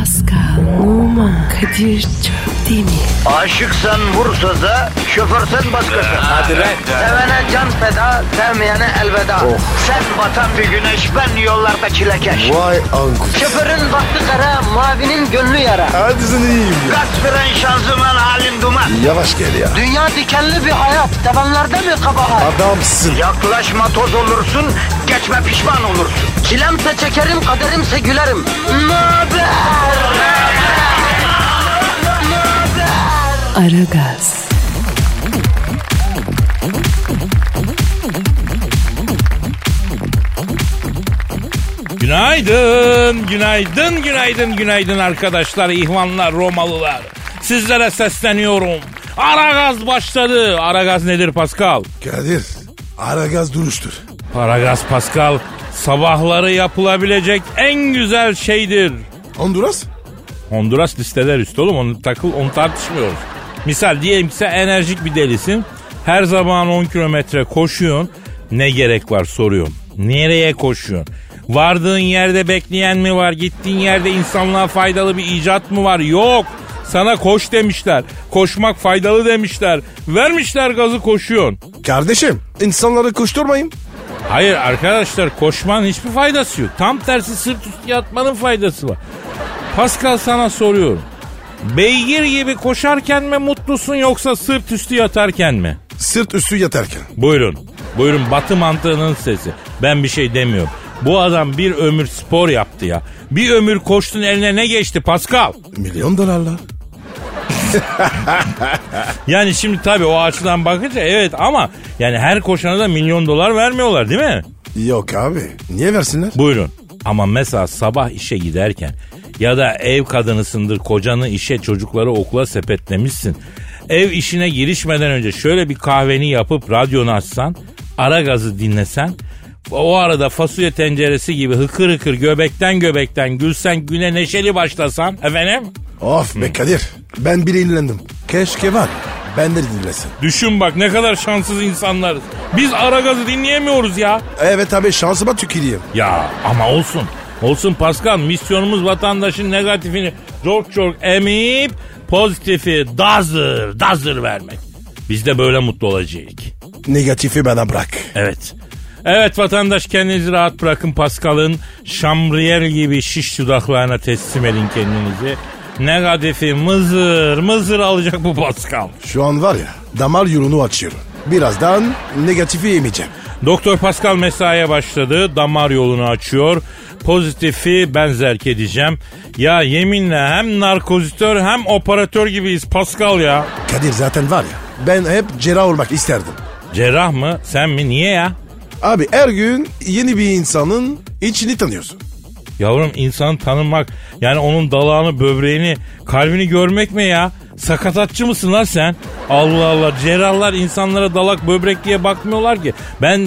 Pascal, Oman, Kadir çok değil mi? Aşıksan vursa da, şoförsen başkasın. Hadi lan. Sevene can feda, sevmeyene elveda. Sen batan bir güneş, ben yollarda çilekeş. Vay anku. Şoförün baktı kara, mavinin gönlü yara. Hadi sen iyiyim ya. Kasperen şanzıman halin duman. Yavaş gel ya. Dünya dikenli bir hayat, sevenlerde mi kabahar? Adamsın. Yaklaşma toz olursun, geçme pişman olursun. Çilemse çekerim, kaderimse gülerim. Möber! Aragaz. Günaydın arkadaşlar, ihvanlar, Romalılar. Sizlere sesleniyorum. Aragaz başladı. Aragaz nedir Pascal? Kadir, Aragaz duruştur. Aragaz Pascal, sabahları yapılabilecek en güzel şeydir. Honduras listeler üstü oğlum, onu tartışmıyoruz. Misal diyelim ki sen enerjik bir delisin. Her zaman 10 kilometre koşuyorsun. Ne gerek var soruyorum. Nereye koşuyorsun? Vardığın yerde bekleyen mi var? Gittiğin yerde insanlığa faydalı bir icat mı var? Yok. Sana koş demişler. Koşmak faydalı demişler. Vermişler gazı, koşuyorsun. Kardeşim, insanları koşturmayın. Hayır arkadaşlar, koşmanın hiçbir faydası yok. Tam tersi, sırt üstü yatmanın faydası var. Pascal, sana soruyorum. Beygir gibi koşarken mi mutlusun, yoksa sırt üstü yatarken mi? Sırt üstü yatarken. Buyurun Batı mantığının sesi. Ben bir şey demiyorum. Bu adam bir ömür spor yaptı ya. Bir ömür koştun, eline ne geçti Pascal? Milyon dolarlar. Yani şimdi tabii o açıdan bakınca evet, ama yani her koşana da milyon dolar vermiyorlar değil mi? Yok abi, niye versinler? Buyurun. Ama mesela sabah işe giderken ya da ev kadınısındır, kocanı işe, çocukları okula sepetlemişsin. Ev işine girişmeden önce şöyle bir kahveni yapıp radyonu açsan, Aragaz'ı dinlesen, o arada fasulye tenceresi gibi hıkır hıkır göbekten gülsen, güne neşeli başlasan efendim. Of be Kadir, ben bile inlendim. Keşke var, ben de dinlesin. Düşün bak, ne kadar şanssız insanlarız. Biz Aragaz'ı dinleyemiyoruz ya. Evet abi, şansıma tüküreyim. Ya ama olsun Pascal, misyonumuz vatandaşın negatifini çok emip pozitifi dazır vermek. Biz de böyle mutlu olacağız. Negatifi bana bırak. Evet vatandaş, kendinizi rahat bırakın. Pascal'ın şambriyer gibi şiş dudaklarına teslim edin kendinizi. Negatifi mızır alacak bu Pascal. Şu an var ya, damar yolunu açıyorum. Birazdan negatifi yemeyeceğim. Doktor Pascal mesaiye başladı. Damar yolunu açıyor. Pozitifi ben zerk edeceğim. Ya yeminle hem narkozitör hem operatör gibiyiz Pascal ya. Kadir zaten var ya, ben hep cerrah olmak isterdim. Cerrah mı? Sen mi? Niye ya? Abi her gün yeni bir insanın içini tanıyorsun. Yavrum, insanı tanımak yani onun dalağını, böbreğini, kalbini görmek mi ya? Sakatatçı mısın lan sen? Allah Allah, cerrahlar insanlara dalak böbrek diye bakmıyorlar ki.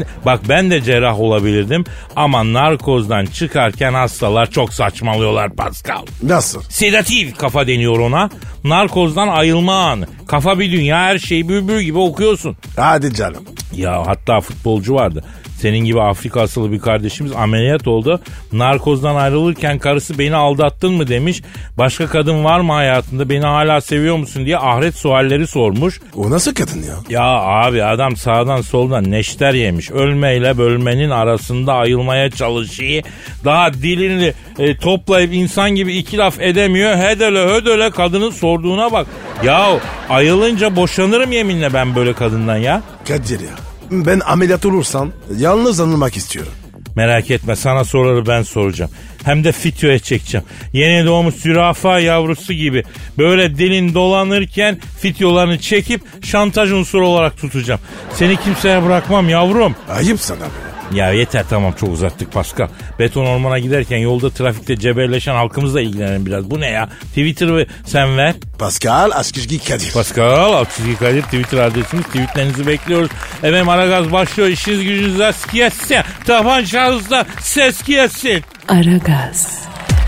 Ben de cerrah olabilirdim ama narkozdan çıkarken hastalar çok saçmalıyorlar Pascal. Nasıl? Sedatif kafa deniyor ona. Narkozdan ayılma anı. Kafa bir dünya, her şeyi bülbül gibi okuyorsun. Hadi canım. Ya hatta futbolcu vardı. Senin gibi Afrika asıllı bir kardeşimiz ameliyat oldu. Narkozdan ayrılırken karısı beni aldattın mı demiş. Başka kadın var mı hayatında, beni hala seviyor musun diye ahiret sualleri sormuş. O nasıl kadın ya? Ya abi, adam sağdan soldan neşter yemiş. Ölmeyle bölmenin arasında ayılmaya çalışıyor. Daha dilini toplayıp insan gibi iki laf edemiyor. Hödöle kadının sorduğuna bak. Ya ayılınca boşanırım yeminle ben böyle kadından ya. Kadir ya, ben ameliyat olursam yalnız anılmak istiyorum. Merak etme, sana soruları ben soracağım. Hem de fityoya çekeceğim. Yeni doğmuş zürafa yavrusu gibi. Böyle dilin dolanırken fityolarını çekip şantaj unsuru olarak tutacağım. Seni kimseye bırakmam yavrum. Ayıp sana be. Ya yeter, tamam, çok uzattık Pascal. Beton ormana giderken yolda trafikte cebelleşen halkımızla ilgilenelim biraz. Bu ne ya? Twitter'ı sen ver. Pascal Askizgi Kadir. Pascal Askizgi Kadir Twitter adresimiz. Tweetlerinizi bekliyoruz. Efendim Aragaz başlıyor. İşiniz gücünüz rast gelsin. Tabancanızda ses gelsin. Aragaz.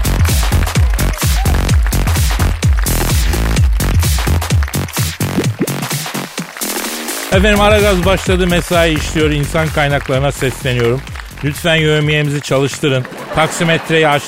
Efendim Aragaz başladı, mesai işliyor, insan kaynaklarına sesleniyorum. Lütfen yevmiyemizi çalıştırın. Taksimetreyi açtık.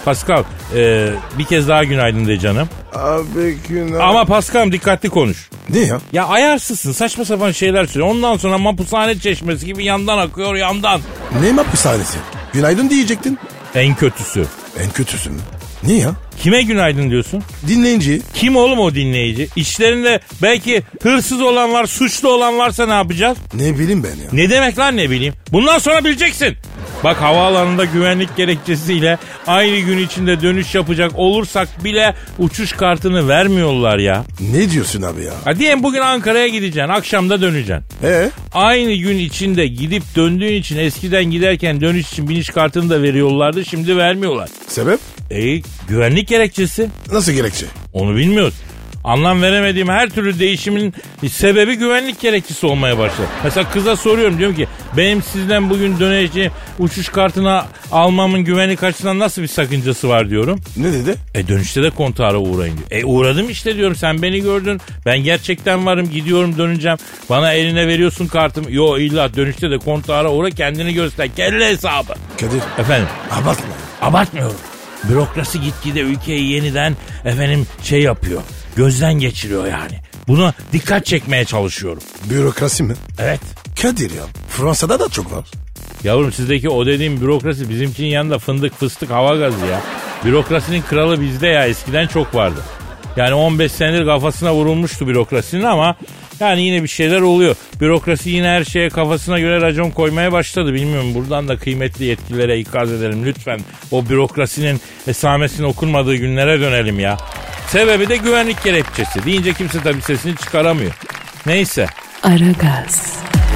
Pascal bir kez daha günaydın de canım. Abi günaydın. Ama Pascal dikkatli konuş. Ne ya? Ya ayarsızsın, saçma sapan şeyler söylüyor. Ondan sonra mapushane çeşmesi gibi yandan akıyor, yandan. Ne mahpushanesi? Günaydın diyecektin. En kötüsü. En kötüsü mü? Ne ya? Kime günaydın diyorsun? Dinleyici. Kim oğlum o dinleyici? İçlerinde belki hırsız olan var, suçlu olan varsa ne yapacağız? Ne bileyim ben ya. Ne demek lan ne bileyim? Bundan sonra bileceksin. Bak havaalanında güvenlik gerekçesiyle aynı gün içinde dönüş yapacak olursak bile uçuş kartını vermiyorlar ya. Ne diyorsun abi ya? Ha diyelim bugün Ankara'ya gideceksin, akşamda döneceksin. Aynı gün içinde gidip döndüğün için eskiden giderken dönüş için biniş kartını da veriyorlardı, şimdi vermiyorlar. Sebep? Güvenlik gerekçesi. Nasıl gerekçe? Onu bilmiyoruz. Anlam veremediğim her türlü değişimin sebebi güvenlik gerekçesi olmaya başladı. Mesela kıza soruyorum, diyorum ki benim sizden bugün döneceğim uçuş kartını almamın güvenlik açısından nasıl bir sakıncası var diyorum. Ne dedi? Dönüşte de kontağa uğrayın diyor. Uğradım işte diyorum, sen beni gördün. Ben gerçekten varım, gidiyorum, döneceğim. Bana eline veriyorsun kartımı. Yo illa dönüşte de kontağa uğra, kendini göster. Kelle hesabı. Kadir. Efendim? Abartma. Abartmıyorum. Bürokrasi gitgide ülkeyi yeniden yapıyor. Gözden geçiriyor yani. Buna dikkat çekmeye çalışıyorum. Bürokrasi mi? Evet. Kadir ya. Fransa'da da çok var. Yavrum sizdeki o dediğim bürokrasi bizimkinin yanında fındık fıstık hava gazı ya. Bürokrasinin kralı bizde ya, eskiden çok vardı. Yani 15 senedir kafasına vurulmuştu bürokrasinin ama yani yine bir şeyler oluyor. Bürokrasi yine her şeye kafasına göre racon koymaya başladı. Bilmiyorum, buradan da kıymetli yetkililere ikaz edelim. Lütfen o bürokrasinin esamesinin okunmadığı günlere dönelim ya. Sebebi de güvenlik gerekçesi. Deyince kimse tabii sesini çıkaramıyor. Neyse. Aragaz.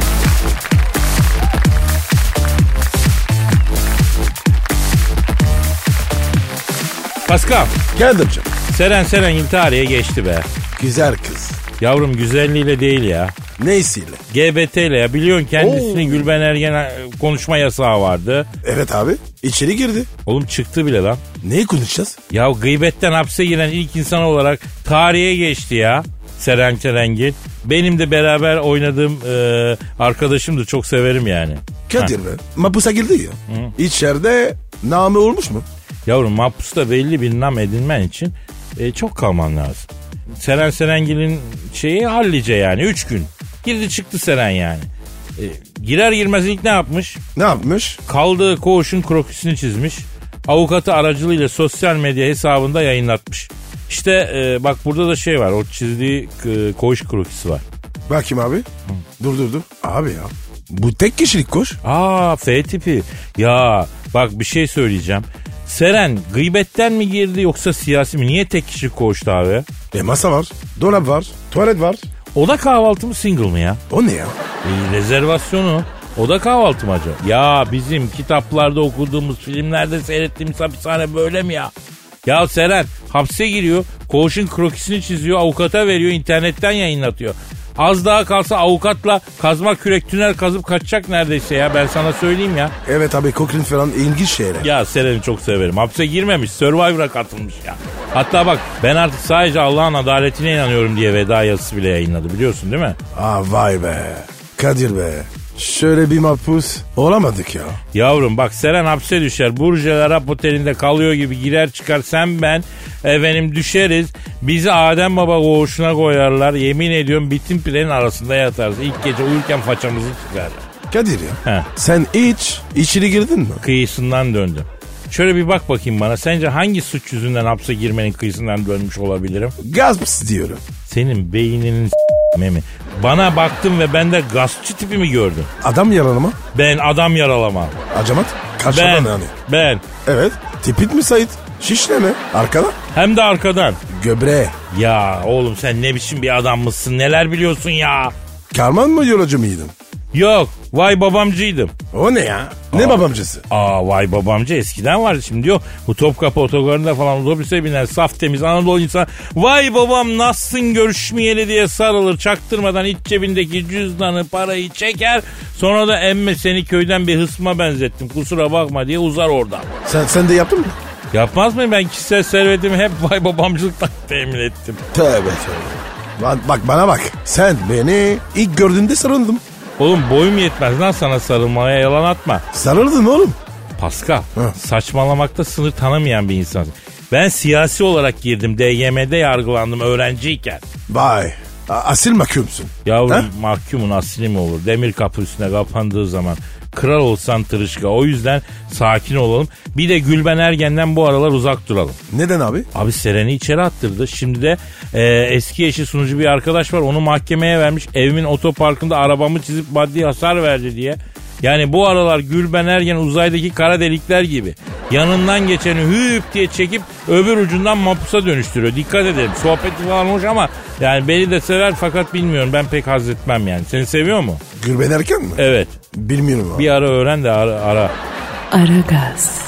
Pascal. Geldim canım. Seren intihariye geçti be. Güzel kız. Yavrum güzelliğiyle değil ya. Neysiyle? GBT ile ya. Biliyorsun kendisinin Gülben Ergen konuşma yasağı vardı. Evet abi. İçeri girdi. Oğlum çıktı bile lan. Neyi konuşacağız? Ya gıybetten hapse giren ilk insan olarak tarihe geçti ya. Seren Serengil. Benim de beraber oynadığım arkadaşımdır. Çok severim yani. Kadir be. Mapusa girdi ya. İçeride namı olmuş mu? Yavrum mahpusta belli bir nam edinmen için çok kalman lazım. Seren Serengil'in şeyi hallice yani 3 gün. Girdi çıktı Seren yani. Girer girmez ilk ne yapmış? Ne yapmış? Kaldığı koğuşun krokisini çizmiş. Avukatı aracılığıyla sosyal medya hesabında yayınlatmış. İşte bak burada da şey var, o çizdiği koğuş krokisi var. Bakayım abi. Dur. Abi ya. Bu tek kişilik koğuş. F tipi. Ya bak bir şey söyleyeceğim. Seren gıybetten mi girdi yoksa siyasi mi? Niye tek kişilik koğuşta abi? Masa var. Dolap var. Tuvalet var. Oda kahvaltı mı, single mı ya? O ne ya? Rezervasyonu. Oda kahvaltı mı acaba? Ya bizim kitaplarda okuduğumuz, filmlerde seyrettiğimiz hapishane böyle mi ya? Ya Seren hapse giriyor, koğuşun krokisini çiziyor, avukata veriyor, internetten yayınlatıyor. Az daha kalsa avukatla kazma kürek tünel kazıp kaçacak neredeyse ya, ben sana söyleyeyim ya. Evet abi, kokrin falan ilginç şeyler. Ya Seren'i çok severim. Hapse girmemiş, Survivor'a katılmış ya. Hatta bak ben artık sadece Allah'ın adaletine inanıyorum diye veda yazısı bile yayınladı, biliyorsun değil mi? Vay be. Kadir be. Şöyle bir mahpus olamadık ya. Yavrum bak Seren hapse düşer. Burjuva Arap Oteli'nde kalıyor gibi girer çıkar. Sen ben düşeriz. Bizi Adem Baba koğuşuna koyarlar. Yemin ediyorum bitin pirenin arasında yatarız. İlk gece uyurken façamızı çıkarlar. Kadir ya. Sen içeri girdin mi? Kıyısından döndüm. Şöyle bir bak bakayım bana. Sence hangi suç yüzünden hapse girmenin kıyısından dönmüş olabilirim? Gasp diyorum. Senin beyninin Memi. Bana baktın ve bende gaspçı tipi mi gördün? Adam yaralama. Ben adam yaralama. Acamat? Kaçadan yani. Ben. Evet. Tipit mi Sait? Şişle mi? Arkadan? Hem de arkadan. Göbre. Ya oğlum sen ne biçim bir adam mısın? Neler biliyorsun ya? Karman mı yolcu muydun? Yok. Vay babamcıydım. O ne ya? Ne babamcısı? Vay babamcı eskiden vardı, şimdi yok. Bu Topkapı otogarında falan otobüse biner saf temiz Anadolu insan. Vay babam nasılsın görüşmeyeli diye sarılır, çaktırmadan iç cebindeki cüzdanı parayı çeker. Sonra da emme seni köyden bir hısma benzettim kusura bakma diye uzar oradan. Sen de yaptın mı? Yapmaz mıyım, ben kişisel servetimi hep vay babamcılıktan temin ettim. Tövbe. Bak bana bak. Sen beni ilk gördüğünde sarıldım. Oğlum boyum yetmez lan sana sarılmaya, yalan atma. Sarıldın oğlum. Pascal, saçmalamakta sınır tanımayan bir insansın. Ben siyasi olarak girdim, DGM'de yargılandım öğrenciyken. Vay. Asil mahkumsun. Yavrum mahkumun asili mi olur? Demir kapı üstüne kapandığı zaman kral olsan tırışka. O yüzden sakin olalım. Bir de Gülben Ergen'den bu aralar uzak duralım. Neden abi? Abi Seren'i içeri attırdı. Şimdi de eski eşi sunucu bir arkadaş var. Onu mahkemeye vermiş. Evimin otoparkında arabamı çizip maddi hasar verdi diye. Yani bu aralar Gülben Ergen uzaydaki kara delikler gibi. Yanından geçeni hüp diye çekip öbür ucundan mapusa dönüştürüyor. Dikkat edelim. Sohbeti falan hoş ama yani beni de sever fakat bilmiyorum. Ben pek haz etmem yani. Seni seviyor mu? Gülben Ergen mi? Evet. Bilmiyorum abi. Bir ara öğren de ara. Aragaz.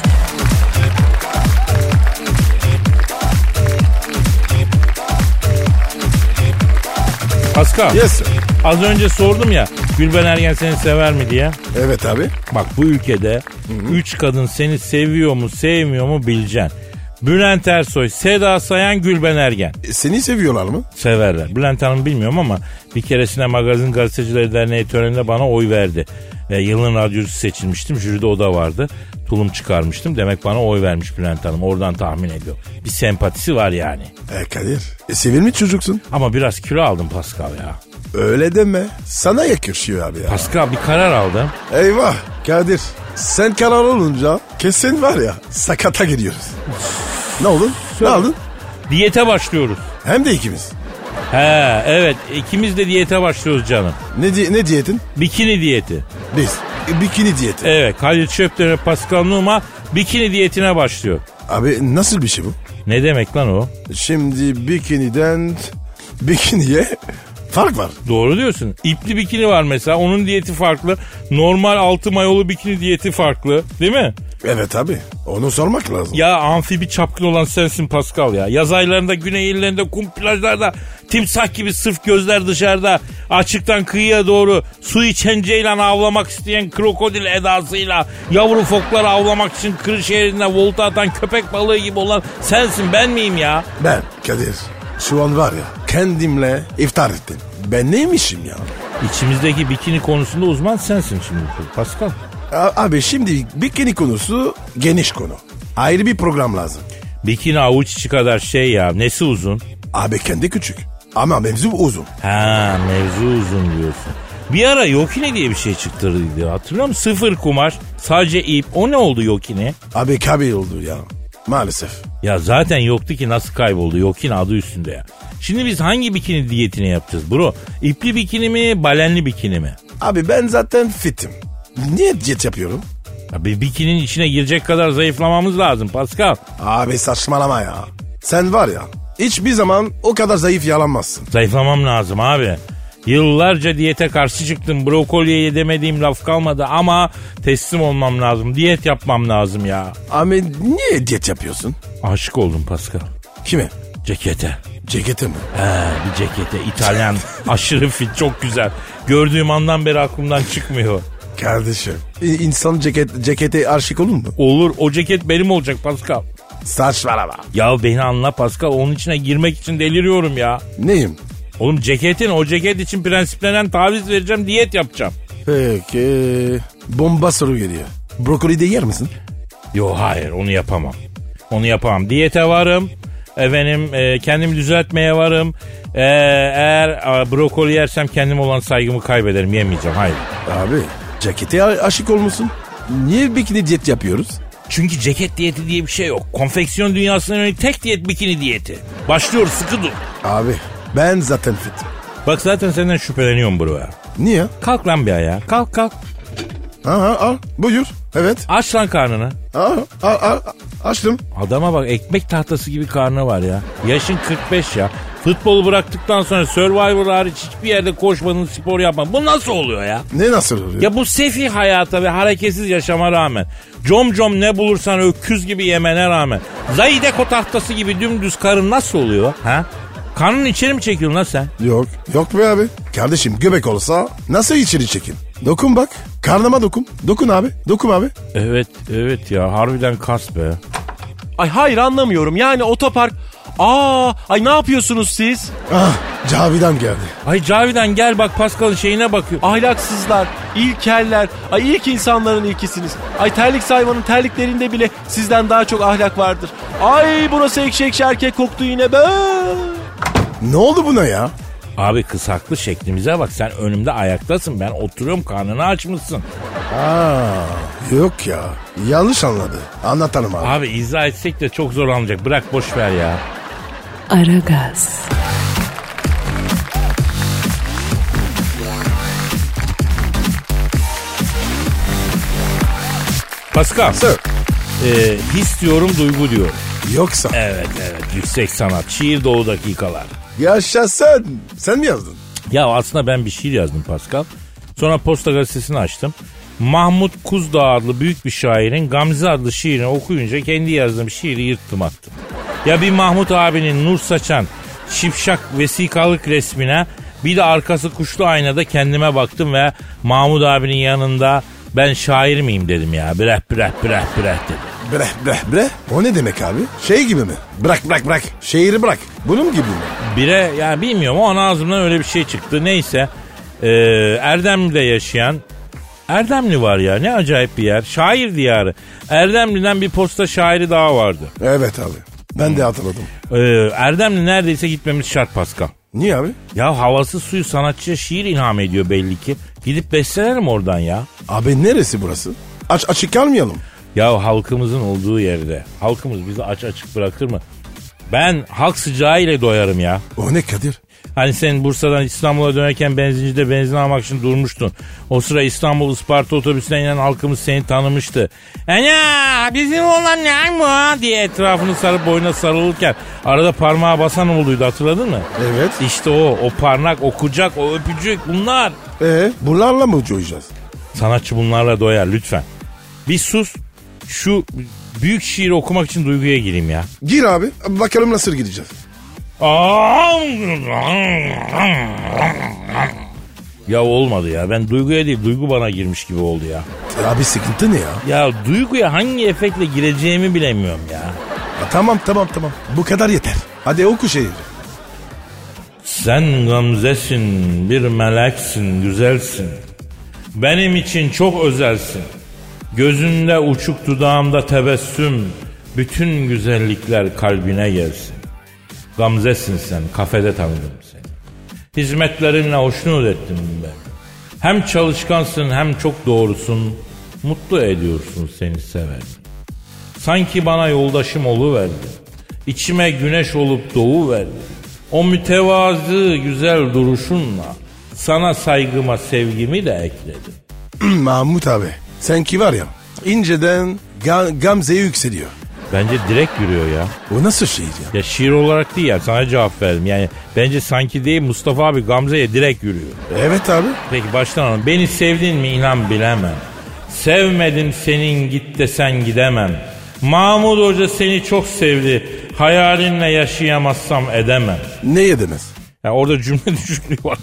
Pascal. Yes sir. Az önce sordum ya Gülben Ergen seni sever mi diye. Evet abi. Bak bu ülkede 3 kadın seni seviyor mu sevmiyor mu bileceksin. Bülent Ersoy, Seda Sayan, Gülben Ergen. Seni seviyorlar mı? Severler. Bülent Hanım bilmiyorum ama bir keresinde Magazin Gazetecileri Derneği töreninde bana oy verdi. Yılın radyocusu seçilmiştim. Jüride o da vardı. Tulum çıkarmıştım. Demek bana oy vermiş Bülent Hanım. Oradan tahmin ediyor. Bir sempatisi var yani. Kadir. Sevilmiş çocuksun. Ama biraz kilo aldım Pascal ya. Öyle deme. Sana yakışıyor abi ya. Pascal bir karar aldım. Eyvah Kadir. Sen karar olunca kesin var ya sakata gidiyoruz. Ne oldu? Ne aldın? Diyete başlıyoruz. Hem de ikimiz. He evet ikimiz de diyete başlıyoruz canım. Ne diyetin? Bikini diyeti. Biz. Bikini diyeti. Evet Halil Çöpten ve Pascal Numa bikini diyetine başlıyor. Abi nasıl bir şey bu? Ne demek lan o? Şimdi bikiniden bikiniye fark var. Doğru diyorsun. İpli bikini var mesela onun diyeti farklı. Normal altı mayolu bikini diyeti farklı değil mi? Evet abi onu sormak lazım. Ya amfibi çapkın olan sensin Pascal ya. Yaz aylarında güney illerinde kum plajlarda timsah gibi sırf gözler dışarıda açıktan kıyıya doğru su içen ceylan avlamak isteyen krokodil edasıyla yavru fokları avlamak için Kırşehir'inde volta atan köpek balığı gibi olan sensin ben miyim ya? Ben Kadir şu an var ya kendimle iftar ettim. Ben neymişim ya? İçimizdeki bikini konusunda uzman sensin şimdi Pascal. Abi şimdi bikini konusu geniş konu. Ayrı bir program lazım. Bikini avuç içi kadar şey ya. Nesi uzun? Abi kendi küçük. Ama mevzu uzun. Ha mevzu uzun diyorsun. Bir ara Yokini diye bir şey çıktırdı. Hatırlıyor musun? Sıfır kumaş. Sadece ip. O ne oldu Yokini? Abi kayboldu ya. Maalesef. Ya zaten yoktu ki nasıl kayboldu? Yokini adı üstünde ya. Şimdi biz hangi bikini diyetini yapacağız bro? İpli bikini mi? Balenli bikini mi? Abi ben zaten fitim. Niye diyet yapıyorum? Abi bikinin içine girecek kadar zayıflamamız lazım Pascal. Abi saçmalama ya. Sen var ya hiçbir zaman o kadar zayıf yalanmazsın. Zayıflamam lazım abi. Yıllarca diyete karşı çıktım. Brokoliye yedemediğim laf kalmadı ama teslim olmam lazım. Diyet yapmam lazım ya. Abi niye diyet yapıyorsun? Aşık oldum Pascal. Kime? Cekete. Cekete mi? Bir cekete. İtalyan. Aşırı fit. Çok güzel. Gördüğüm andan beri aklımdan çıkmıyor. Kardeşim. İnsan cekete aşık olur mu? Olur. O ceket benim olacak Pascal. Saçmalama. Ya beni anla Pascal. Onun içine girmek için deliriyorum ya. Neyim? Oğlum o ceket için prensiplenen taviz vereceğim. Diyet yapacağım. Peki. Bomba soru geliyor. Brokoli de yer misin? Yo hayır onu yapamam. Diyete varım. Efendim kendimi düzeltmeye varım. Eğer brokoli yersem kendime olan saygımı kaybederim. Yemeyeceğim hayır. Abi cekete aşık olmuşsun. Niye bikini diyet yapıyoruz? Çünkü ceket diyeti diye bir şey yok. Konfeksiyon dünyasına yönelik tek diyet bikini diyeti. Başlıyoruz sıkı dur. Abi ben zaten fitim. Bak zaten senden şüpheleniyorum bro ya. Niye? Kalk lan bir ayağa. Kalk. Al buyur. Evet. Aç lan karnını. Al. Açtım. Adama bak ekmek tahtası gibi karnı var ya. Yaşın 45 ya. Futbolu bıraktıktan sonra Survivor hariç hiçbir yerde koşmadın, spor yapmadın. Bu nasıl oluyor ya? Ne nasıl oluyor? Ya bu sefih hayata ve hareketsiz yaşama rağmen, com ne bulursan öküz gibi yemene rağmen, Zayideko tahtası gibi dümdüz karın nasıl oluyor? Ha? Karnın içeri mi çekiyorsun lan sen? Yok be abi. Kardeşim göbek olsa nasıl içeri çekin? Dokun bak. Karnıma dokun. Dokun abi. Evet ya harbiden kas be. Ay hayır anlamıyorum yani otopark Ay ne yapıyorsunuz siz? Ah, Cavidan geldi. Ay Cavidan gel bak Pascal'ın şeyine bakıyor. Ahlaksızlar, ilkeller, ilk insanların ilkisiniz. Terlik hayvanın terliklerinde bile sizden daha çok ahlak vardır. Burası ekşi erkek koktu yine be. Ne oldu buna ya? Abi kız haklı, şeklimize bak, sen önümde ayaktasın, ben oturuyorum, karnını açmışsın. Yok ya, yanlış anladı. Anlatalım abi. Abi izah etsek de çok zor anlayacak, bırak boş ver ya. Aragaz. Pascal. Sir. His diyorum, duygu diyorum. Yoksa. Evet, yüksek sanat, şiir dolu dakikalar. Yaşasın. Sen mi yazdın? Ya aslında ben bir şiir yazdım Pascal. Sonra Posta Gazetesi'ni açtım. Mahmut Kuzdağ adlı büyük bir şairin Gamze adlı şiirini okuyunca kendi yazdığım şiiri yırttım attım. Ya bir Mahmut abinin nur saçan şipşak vesikalık resmine, bir de arkası kuşlu aynada kendime baktım ve Mahmut abinin yanında ben şair miyim dedim ya. Breh dedim. Bre. O ne demek abi? Şey gibi mi? Bırak. Şehri bırak. Bunun gibi mi? Bire yani bilmiyorum, o ağzımdan öyle bir şey çıktı. Neyse Erdemli'de yaşayan Erdemli var ya, ne acayip bir yer. Şair diyarı. Erdemli'den bir posta şairi daha vardı. Evet abi. Ben de hatırladım. Erdemli neredeyse gitmemiz şart Pascal. Niye abi? Ya havası suyu sanatçıya şiir ilham ediyor belli ki. Gidip bestelerim oradan ya. Abi neresi burası? Açık kalmayalım. Ya halkımızın olduğu yerde. Halkımız bizi açık bırakır mı? Ben halk sıcağı ile doyarım ya. O ne Kadir? Hani sen Bursa'dan İstanbul'a dönerken benzincide benzin almak için durmuştun. O sıra İstanbul Isparta otobüsüne inen halkımız seni tanımıştı. Ana bizim olan ne mi diye etrafını sarıp boyuna sarılırken arada parmağa basan olduydu, hatırladın mı? Evet. İşte o parmak, o kucak, o öpücük, bunlar. Bunlarla mı doyacağız? Sanatçı bunlarla doyar lütfen. Bir sus, şu büyük şiiri okumak için duyguya gireyim ya. Gir abi, bakalım nasıl gideceğiz. Ya olmadı ya, ben duyguya değil duygu bana girmiş gibi oldu ya. Abi sıkıntı ne ya? Ya duyguya hangi efektle gireceğimi bilemiyorum ya. Tamam. Bu kadar yeter. Hadi oku şehir. Sen gamzesin, bir meleksin, güzelsin. Benim için çok özelsin. Gözünde uçuk, dudağımda tebessüm. Bütün güzellikler kalbine gelsin. Gamzesin sen, kafede tanıdım seni. Hizmetlerinle hoşnut ettim ben. Hem çalışkansın hem çok doğrusun. Mutlu ediyorsun seni seven. Sanki bana yoldaşım oluverdi. İçime güneş olup doğuverdi. O mütevazı güzel duruşunla sana saygıma sevgimi de ekledim. Mahmut abi, sen ki var ya inceden Gamze'ye yükseliyor. Bence direkt yürüyor ya. O nasıl şiir ya? Ya şiir olarak değil ya, sana cevap verdim. Yani bence sanki değil, Mustafa abi Gamze'ye direkt yürüyor. Evet abi. Peki baştan alalım. Beni sevdin mi inan bilemem. Sevmedim senin git desen gidemem. Mahmut Hoca seni çok sevdi. Hayalinle yaşayamazsam edemem. Ne yediniz? Ya orada cümle düşüklüğü var.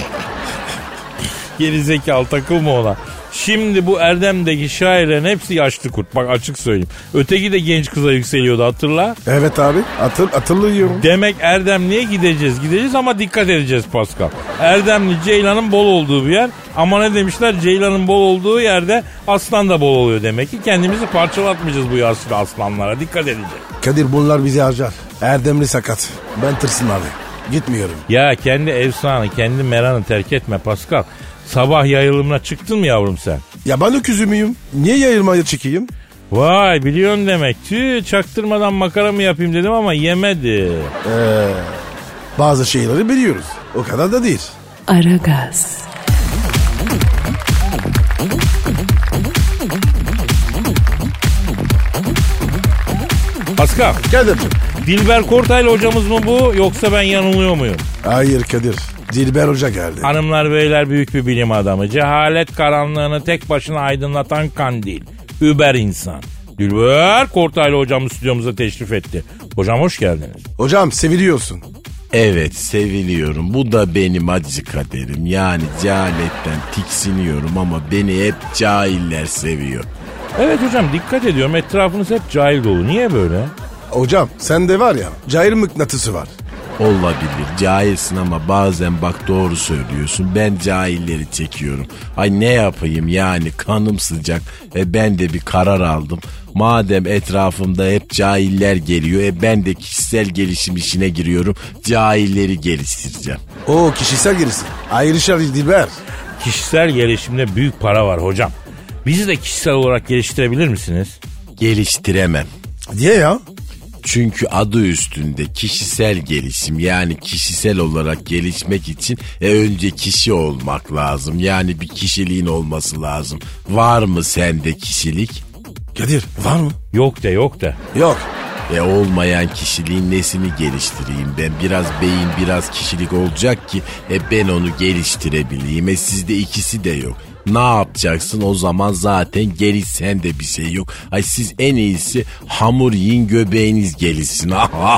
Gerizekalı, takılma ona. Şimdi bu Erdem'deki şairlerin hepsi yaşlı kurt. Bak açık söyleyeyim. Öteki de genç kıza yükseliyordu, hatırla. Evet abi, hatırlıyorum. Demek Erdemli'ye gideceğiz ama dikkat edeceğiz Pascal. Erdemli Ceylan'ın bol olduğu bir yer. Ama ne demişler, Ceylan'ın bol olduğu yerde aslan da bol oluyor demek ki. Kendimizi parçalatmayacağız bu yaşlı aslanlara, dikkat edeceğiz. Kadir bunlar bizi harcar. Erdemli sakat. Ben tırsın abi. Gitmiyorum. Ya kendi efsanı, kendi meranı terk etme Pascal. Sabah yayılımına çıktın mı yavrum sen? Ya ben öküzü müyüm? Niye yayılmaya çıkayım? Vay biliyorsun demek. Çaktırmadan makara mı yapayım dedim ama yemedi. Bazı şeyleri biliyoruz. O kadar da değil. Aragaz. Pascal, Kadir'cim. Dilber Kortaylı hocamız mı bu, yoksa ben yanılıyor muyum? Hayır Kadir. Dilber Hoca geldi. Hanımlar beyler, büyük bir bilim adamı. Cehalet karanlığını tek başına aydınlatan kandil. Über insan. Dilber Kortaylı hocamız stüdyomuza teşrif etti. Hocam hoş geldiniz. Hocam seviliyorsun. Evet, seviliyorum. Bu da benim acı kaderim. Yani cehaletten tiksiniyorum ama beni hep cahiller seviyor. Evet hocam, dikkat ediyorum, etrafınız hep cahil dolu. Niye böyle? Hocam sende var ya cahil mıknatısı var. Olabilir, cahilsin ama bazen bak doğru söylüyorsun, ben cahilleri çekiyorum. Ay ne yapayım yani, kanım sıcak. Ben de bir karar aldım. Madem etrafımda hep cahiller geliyor, ben de kişisel gelişim işine giriyorum. Cahilleri geliştireceğim. O kişisel gelişim. Ayrışar Dilber. Kişisel gelişimde büyük para var hocam. Bizi de kişisel olarak geliştirebilir misiniz? Geliştiremem. Niye ya? Çünkü adı üstünde kişisel gelişim, yani kişisel olarak gelişmek için önce kişi olmak lazım. Yani bir kişiliğin olması lazım. Var mı sende kişilik? Kadir var mı? Yok de yok de. Yok. Olmayan kişiliğin nesini geliştireyim ben? Biraz beyin, biraz kişilik olacak ki ben onu geliştirebileyim. Sizde ikisi de yok. Ne yapacaksın o zaman? Zaten gelişsen de bir şey yok. Ay siz en iyisi hamur yiyin, göbeğiniz gelişsin.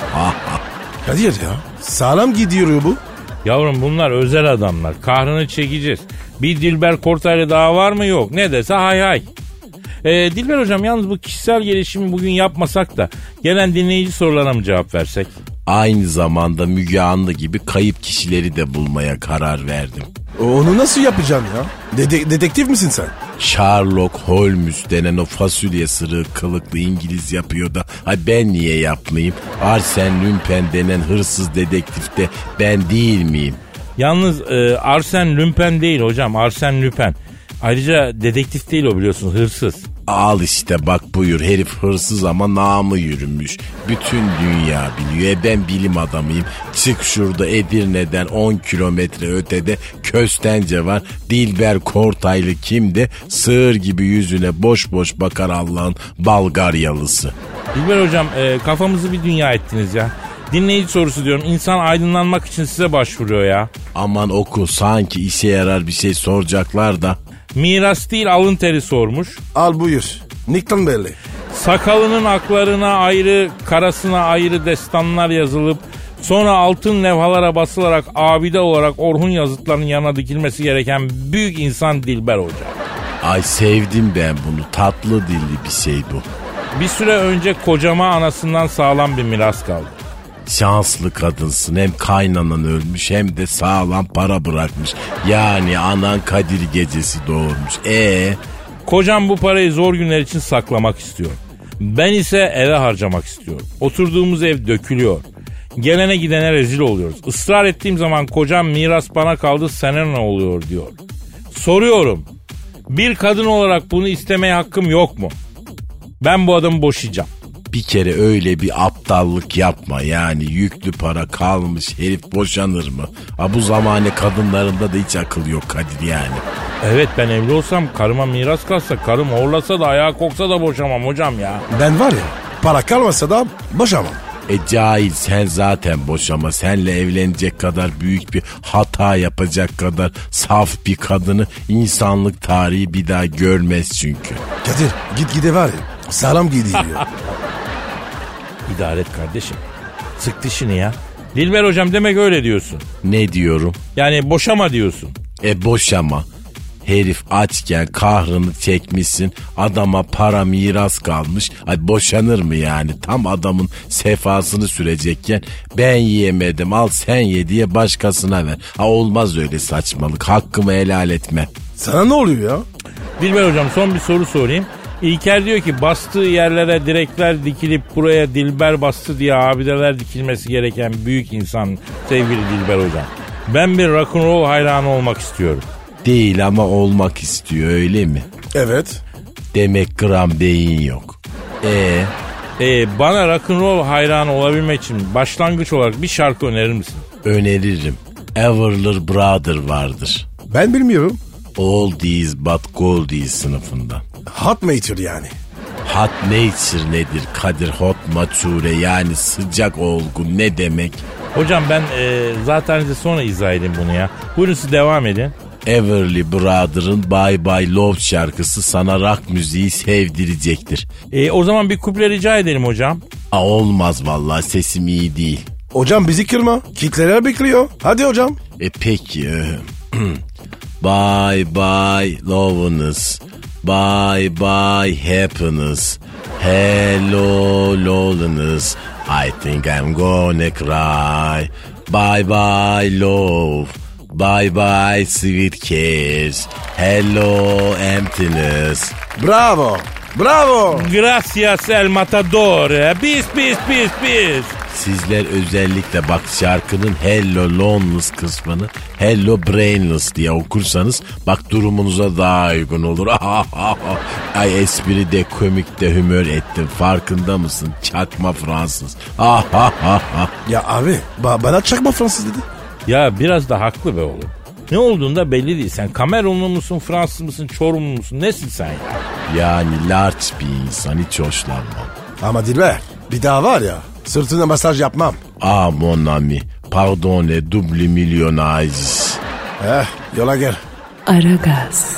Kadir ya sağlam gidiyor bu. Yavrum bunlar özel adamlar. Kahrını çekeceğiz. Bir Dilber Kortaylı daha var mı? Yok. Ne dese hay hay. Dilber hocam yalnız bu kişisel gelişimi bugün yapmasak da gelen dinleyici sorularına mı cevap versek? Aynı zamanda Müge Anlı gibi kayıp kişileri de bulmaya karar verdim. Onu nasıl yapacağım ya? Dedektif misin sen? Sherlock Holmes denen o fasulye sırığı kılıklı İngiliz yapıyor da ben niye yapmayayım? Arsène Lupin denen hırsız dedektif de ben değil miyim? Yalnız Arsène Lupin değil hocam, Arsène Lupin. Ayrıca dedektif değil o, biliyorsun, hırsız. Al işte bak buyur, herif hırsız ama namı yürümüş. Bütün dünya biliyor. Ben bilim adamıyım. Çık şurada Edirne'den 10 kilometre ötede Köstence var. Dilber Kortaylı kimdi? Sığır gibi yüzüne boş boş bakar Allah'ın Balgaryalısı. Dilber hocam kafamızı bir dünya ettiniz ya. Dinleyici sorusu diyorum. İnsan aydınlanmak için size başvuruyor ya. Aman oku, sanki işe yarar bir şey soracaklar da. Miras değil alın teri sormuş. Al buyur. Nick'tan belli. Sakalının aklarına ayrı, karasına ayrı destanlar yazılıp sonra altın levhalara basılarak abide olarak Orhun yazıtlarının yanına dikilmesi gereken büyük insan Dilber Hoca. Ay sevdim ben bunu. Tatlı dilli bir şey bu. Bir süre önce kocama anasından sağlam bir miras kaldı. Şanslı kadınsın. Hem kaynanan ölmüş hem de sağlam para bırakmış. Yani anan Kadir Gecesi doğurmuş. Kocam bu parayı zor günler için saklamak istiyor. Ben ise eve harcamak istiyorum. Oturduğumuz ev dökülüyor. Gelene gidene rezil oluyoruz. Israr ettiğim zaman kocam miras bana kaldı, sana ne oluyor diyor. Soruyorum. Bir kadın olarak bunu istemeye hakkım yok mu? Ben bu adamı boşayacağım. Bir kere öyle bir aptallık yapma, yani yüklü para kalmış herif boşanır mı? Bu zamane kadınlarında da hiç akıl yok Kadir yani. Evet, ben evli olsam, karıma miras kalsa, karım horlasa da ayağı koksa da boşamam hocam ya. Ben var ya, para kalmasa da boşamam. Cahil, sen zaten boşama. Senle evlenecek kadar büyük bir hata yapacak kadar saf bir kadını insanlık tarihi bir daha görmez çünkü. Kadir git gide var ya, sağlam gidiyor. İdare et kardeşim. Sık dişini ya. Dilber hocam demek öyle diyorsun. Ne diyorum? Yani boşama diyorsun. Boşama. Herif açken kahrını çekmişsin, adama para miras kalmış. Boşanır mı yani? Tam adamın sefasını sürecekken ben yiyemedim al sen ye diye başkasına ver. Olmaz öyle saçmalık, hakkımı helal etme. Sana ne oluyor ya? Dilber hocam son bir soru sorayım. İlker diyor ki bastığı yerlere direkler dikilip buraya Dilber bastı diye abideler dikilmesi gereken büyük insan sevgili Dilber hocam. Ben bir rock'n'roll hayranı olmak istiyorum. Değil ama olmak istiyor, öyle mi? Evet. Demek gram beyin yok. Bana rock'n'roll hayranı olabilmek için başlangıç olarak bir şarkı önerir misin? Öneririm. Everly Brother vardır. Ben bilmiyorum. Oldies but goldies sınıfından. Hot Mature yani. Hot nature nedir Kadir? Hot mature yani sıcak olgun ne demek? Hocam ben zaten size sonra izah edeyim bunu ya. Buyurun siz devam edin. Everly Brother'ın Bye Bye Love şarkısı sana rock müziği sevdirecektir. O zaman bir kuple rica edelim hocam. Olmaz vallahi, sesim iyi değil. Hocam bizi kırma. Kitleler bekliyor. Hadi hocam. Peki. Bye bye love'ınız. Bye bye happiness. Hello loneliness, I think I'm gonna cry. Bye bye love, bye bye sweet kiss. Hello emptiness. Bravo. Bravo. Gracias el matador. Bis. Sizler özellikle bak şarkının Hello Loneliness kısmını Hello Brainless diye okursanız bak durumunuza daha uygun olur. Ay espri de komik de humor ettim. Farkında mısın? Çakma Fransız. Ya abi bana çakma Fransız dedi. Ya biraz da haklı be oğlum. Ne olduğunda belli değil. Sen Kamerunlu musun, Fransız mısın, Çorumlu musun? Nesin sen ya? Yani large bir insan, hiç hoşlanmam. Ama Dilber bir daha var ya sırtına masaj yapmam. Ah mon ami, pardon le double millionnaire. Yola gel. Aragaz.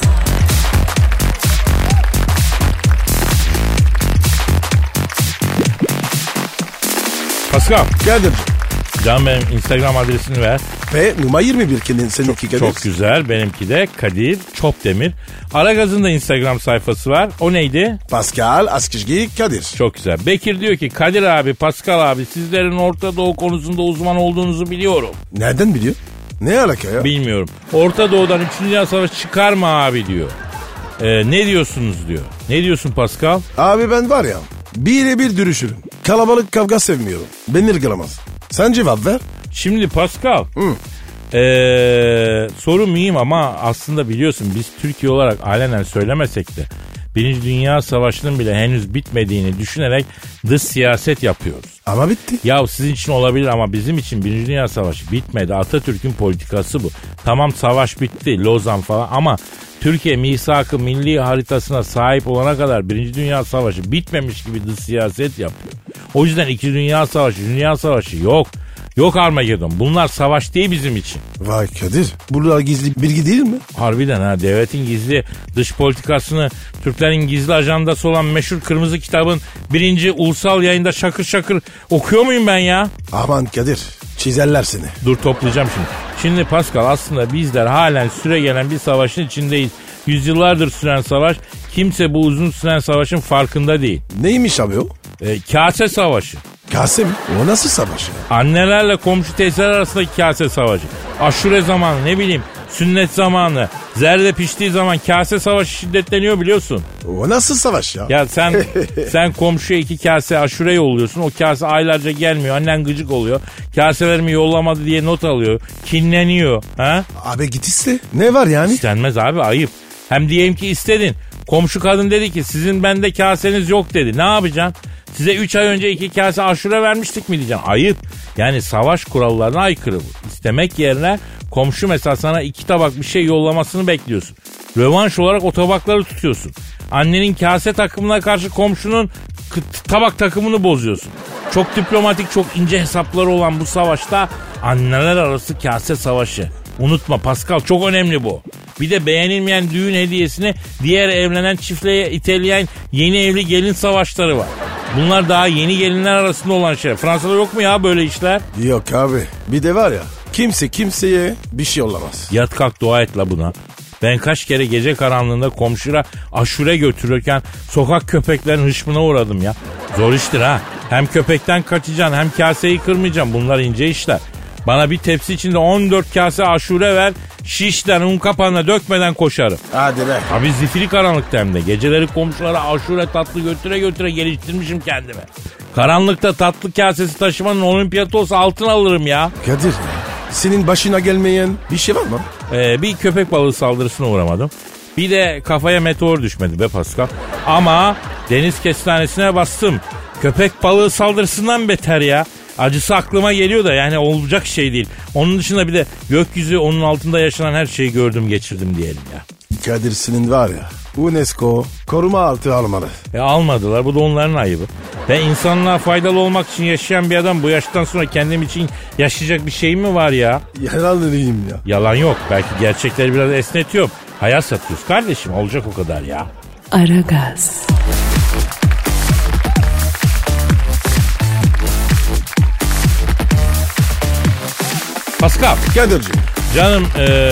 Pascal, Kadir. can benim Instagram adresini ver. Ve numara 21 kendin seninki Kadir. Çok güzel. Benimki de Kadir Çopdemir. Aragaz'ın da Instagram sayfası var. O neydi? Pascal Askizgi Kadir. Çok güzel. Bekir diyor ki Kadir abi, Pascal abi sizlerin Orta Doğu konusunda uzman olduğunuzu biliyorum. Nereden biliyor? Ne alaka ya? Bilmiyorum. Orta Doğu'dan 3. Dünya Savaşı çıkar mı abi diyor. Ne diyorsunuz diyor. Ne diyorsun Pascal? Abi ben var ya bir dürüşürüm. Kalabalık kavga sevmiyorum. Beni ırgalamaz. Sen cevap ver. Şimdi Pascal. Soru mühim ama aslında biliyorsun biz Türkiye olarak alenen söylemesek de 1. Dünya Savaşı'nın bile henüz bitmediğini düşünerek dış siyaset yapıyoruz. Ama bitti. Ya sizin için olabilir ama bizim için 1. Dünya Savaşı bitmedi. Atatürk'ün politikası bu. Tamam savaş bitti, Lozan falan ama Türkiye misak-ı milli haritasına sahip olana kadar 1. Dünya Savaşı bitmemiş gibi dış siyaset yapıyor. O yüzden 2. Dünya Savaşı, Dünya Savaşı yok. Yok Armageddon. Bunlar savaş değil bizim için. Vay Kadir. Bunlar gizli bilgi değil mi? Harbiden ha. Devletin gizli dış politikasını Türklerin gizli ajandası olan meşhur Kırmızı Kitab'ın 1. ulusal yayında şakır şakır okuyor muyum ben ya? Aman Kadir. Çizerler seni. Dur toplayacağım şimdi. Şimdi Pascal aslında bizler halen süregelen bir savaşın içindeyiz. Yüzyıllardır süren savaş. Kimse bu uzun süren savaşın farkında değil. Neymiş abi o? Kase savaşı. Kase mi? O nasıl savaş ya? Annelerle komşu teyzeler arasındaki kase savaşı. Aşure zamanı ne bileyim sünnet zamanı. Zerde piştiği zaman kase savaşı şiddetleniyor biliyorsun. O nasıl savaş ya? Ya sen komşuya 2 kase aşure yolluyorsun. O kase aylarca gelmiyor. Annen gıcık oluyor. Kaselerimi yollamadı diye not alıyor. Kinleniyor. Ha? Abi git iste. Ne var yani? İstenmez abi ayıp. Hem diyelim ki istedin. Komşu kadın dedi ki sizin bende kaseniz yok dedi. Ne yapacaksın? Size 3 ay önce 2 kase aşure vermiştik mi diyeceksin. Ayıp. Yani savaş kurallarına aykırı bu. İstemek yerine komşu mesela sana 2 tabak bir şey yollamasını bekliyorsun. Rövanş olarak o tabakları tutuyorsun. Annenin kase takımına karşı komşunun tabak takımını bozuyorsun. Çok diplomatik, çok ince hesapları olan bu savaşta anneler arası kase savaşı. Unutma Pascal, çok önemli bu. Bir de beğenilmeyen düğün hediyesini diğer evlenen çiftlere iteleyen yeni evli gelin savaşları var. Bunlar daha yeni gelinler arasında olan şeyler. Fransa'da yok mu ya böyle işler? Yok abi. Bir de var ya kimse kimseye bir şey yollamaz. Yat kalk dua et la buna. Ben kaç kere gece karanlığında komşuya aşure götürürken sokak köpeklerin hışmına uğradım ya. Zor iştir ha. Hem köpekten kaçacaksın hem kaseyi kırmayacaksın. Bunlar ince işler. Bana bir tepsi içinde 14 kase aşure ver. Şişten un kapağına dökmeden koşarım. Hadi be. Abi zifiri karanlıkta hem de. Geceleri komşulara aşure tatlı götüre geliştirmişim kendime. Karanlıkta tatlı kasesi taşımanın olimpiyatı olsa altın alırım ya. Kadir senin başına gelmeyen bir şey var mı? Bir köpek balığı saldırısına uğramadım. Bir de kafaya meteor düşmedi be Pascal. Ama deniz kestanesine bastım. Köpek balığı saldırısından beter ya. Acısı aklıma geliyor da yani olacak şey değil. Onun dışında bir de gökyüzü onun altında yaşanan her şeyi gördüm geçirdim diyelim ya. Kadir senin var ya UNESCO koruma altı almalı. Almadılar, bu da onların ayıbı. Ben insanlığa faydalı olmak için yaşayan bir adam bu yaştan sonra kendim için yaşayacak bir şeyim mi var ya? Yalanlıyım ya. Yalan yok, belki gerçekleri biraz esnetiyorum. Hayat satıyoruz kardeşim, olacak o kadar ya. Aragaz. Pascal. Kadir'cim. Canım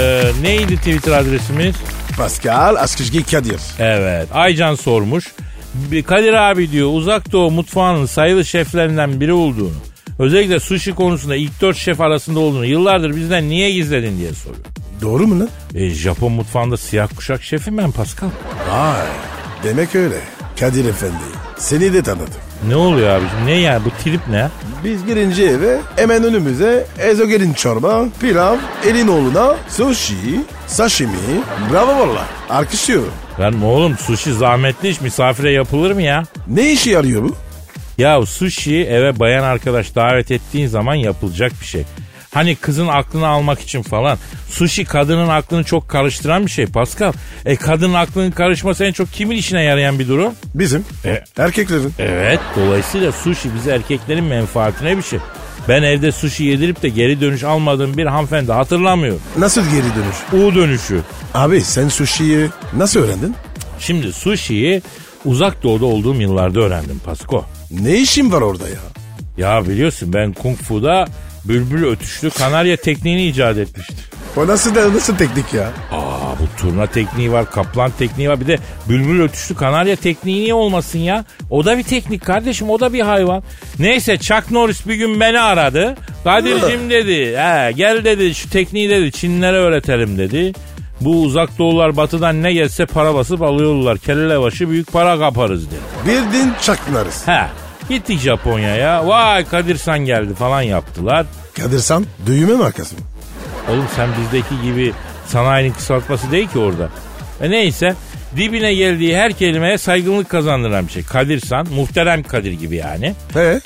neydi Twitter adresimiz? Pascal Askizgi Kadir. Evet. Aycan sormuş. Kadir abi diyor Uzak Doğu mutfağının sayılı şeflerinden biri olduğunu, özellikle sushi konusunda ilk 4 şef arasında olduğunu yıllardır bizden niye gizledin diye soruyor. Doğru mu lan? Japon mutfağında siyah kuşak şefim ben Pascal. Vay. Demek öyle. Kadir Efendi. Seni de tanıdım. Ne oluyor abiciğim? Ne ya? Bu trip ne? Biz girince eve hemen önümüze ezogelin çorba, pilav, elin oğluna, sushi, sashimi. Bravo valla. Alkışlıyorum. Lan oğlum sushi zahmetli iş, misafire yapılır mı ya? Ne işe yarıyor bu? Ya sushi eve bayan arkadaş davet ettiğin zaman yapılacak bir şey. Hani kızın aklını almak için falan. Sushi kadının aklını çok karıştıran bir şey Pascal. Kadının aklının karışması en çok kimin işine yarayan bir durum? Bizim. Erkeklerin. Evet, dolayısıyla sushi bize erkeklerin menfaatine bir şey. Ben evde sushi yedirip de geri dönüş almadığım bir hanımefendi hatırlamıyorum. Nasıl geri dönüş? U dönüşü. Abi sen sushi'yi nasıl öğrendin? Şimdi sushi'yi Uzak Doğu'da olduğum yıllarda öğrendim Pasko. Ne işin var orada ya? Ya biliyorsun ben Kung Fu'da bülbül ötüşlü kanarya tekniğini icat etmiştim. O nasıl teknik ya? Bu turna tekniği var, kaplan tekniği var. Bir de bülbül ötüşlü kanarya tekniği niye olmasın ya? O da bir teknik kardeşim, o da bir hayvan. Neyse Chuck Norris bir gün beni aradı. Kadir'cim dedi, gel dedi şu tekniği dedi Çinlilere öğretelim dedi. Bu Uzak Doğular batıdan ne gelse para basıp alıyorlar. Kelle başı büyük para kaparız dedi. Bildin çaklarız. Gittik Japonya'ya. Vay Kadir San geldi falan yaptılar. Kadir San düğme markası mı? Oğlum sen bizdeki gibi sanayinin kısaltması değil ki orada. Neyse dibine geldiği her kelimeye saygınlık kazandıran bir şey. Kadir San, muhterem Kadir gibi yani.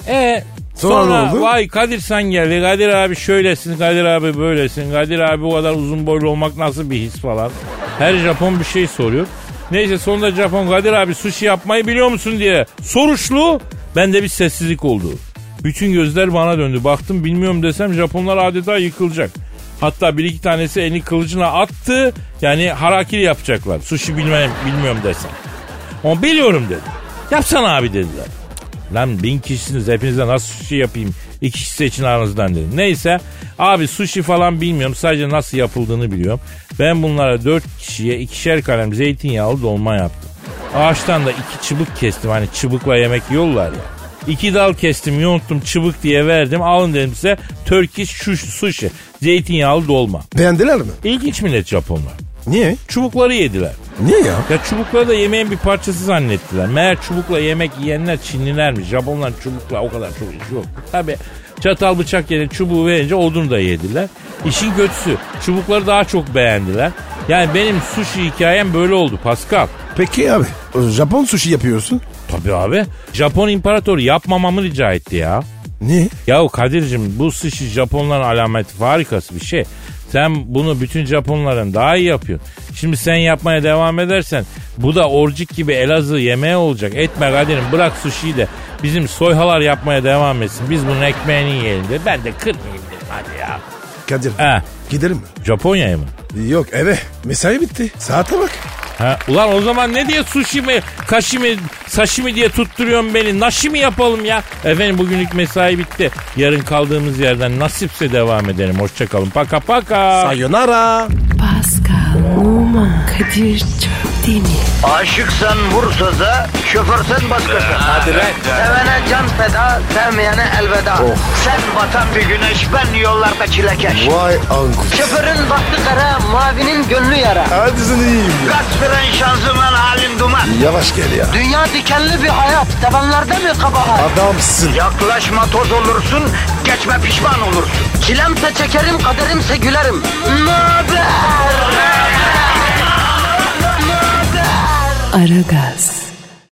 Sonra ne oldu? Vay Kadir San geldi. Kadir abi şöylesin, Kadir abi böylesin. Kadir abi o kadar uzun boylu olmak nasıl bir his falan. Her Japon bir şey soruyor. Neyse sonunda Japon Kadir abi sushi yapmayı biliyor musun diye soruşlu. Bende bir sessizlik oldu. Bütün gözler bana döndü. Baktım bilmiyorum desem Japonlar adeta yıkılacak. Hatta bir iki tanesi elini kılıcına attı. Yani harakiri yapacaklar. Sushi bilmiyorum desem. Ama biliyorum dedi. Yapsana abi dediler. Lan 1000 kişisiniz hepinize nasıl sushi yapayım? 2 kişi seçin aranızdan dedim. Neyse abi sushi falan bilmiyorum. Sadece nasıl yapıldığını biliyorum. Ben bunlara 4 kişiye 2'şer kalem zeytinyağlı dolma yaptım. Ağaçtan da 2 çubuk kestim. Hani çubukla yemek yiyorlar ya. 2 dal kestim, yonttum, çubuk diye verdim. Alın dedim size Turkish sushi. Zeytinyağlı dolma. Beğendiler mi? İlginç millet Japonlar. Niye? Çubukları yediler. Niye ya? Ya çubukları da yemeğin bir parçası zannettiler. Meğer çubukla yemek yiyenler Çinlilermiş. Japonlar çubukla o kadar çok iş yok. Tabi çatal bıçak yerine çubuğu verince odunu da yediler. İşin kötüsü çubukları daha çok beğendiler. Yani benim sushi hikayem böyle oldu Pascal. Peki abi Japon sushi yapıyorsun. Tabii abi. Japon imparatoru yapmamamı rica etti ya. Niye? Yahu Kadir'cim bu sushi Japonların alameti harikası bir şey. Sen bunu bütün Japonların daha iyi yapıyorsun. Şimdi sen yapmaya devam edersen bu da orcik gibi Elazığ yemeği olacak. Etme Kadir'im bırak sushi'yi de bizim soyhalar yapmaya devam etsin. Biz bunun ekmeğini yiyelim de ben de kırmayayım dedim hadi ya. Kadir gidelim mi? Japonya'ya mı? Yok eve mesai bitti saate bak. Ulan o zaman ne diye sushi mi, kashi mi, sashimi diye tutturuyorsun beni? Nashi mi yapalım ya? Efendim bugünlük mesai bitti. Yarın kaldığımız yerden nasipse devam edelim. Hoşçakalın. Paka paka. Sayonara. Pascal, Oman, Kadir çok değil mi? Aşıksan vursa da şoförsen başkasın. Hadi lan. Sevene can feda, sevmeyene elveda. Sen batan bir güneş, ben yollarda çilekeş. Vay anku. Şoförün baktı kara, mavinin gönlü yara. Hadi sen iyiyim ya. Kasperen şanzıman halin duman. Yavaş gel ya. Dünya dikenli bir hayat, sevenlerde mi kabahar? Adamsın. Yaklaşma toz olursun, geçme pişman olursun. Çilemse çekerim, kaderimse gülerim. Möber! Aragaz.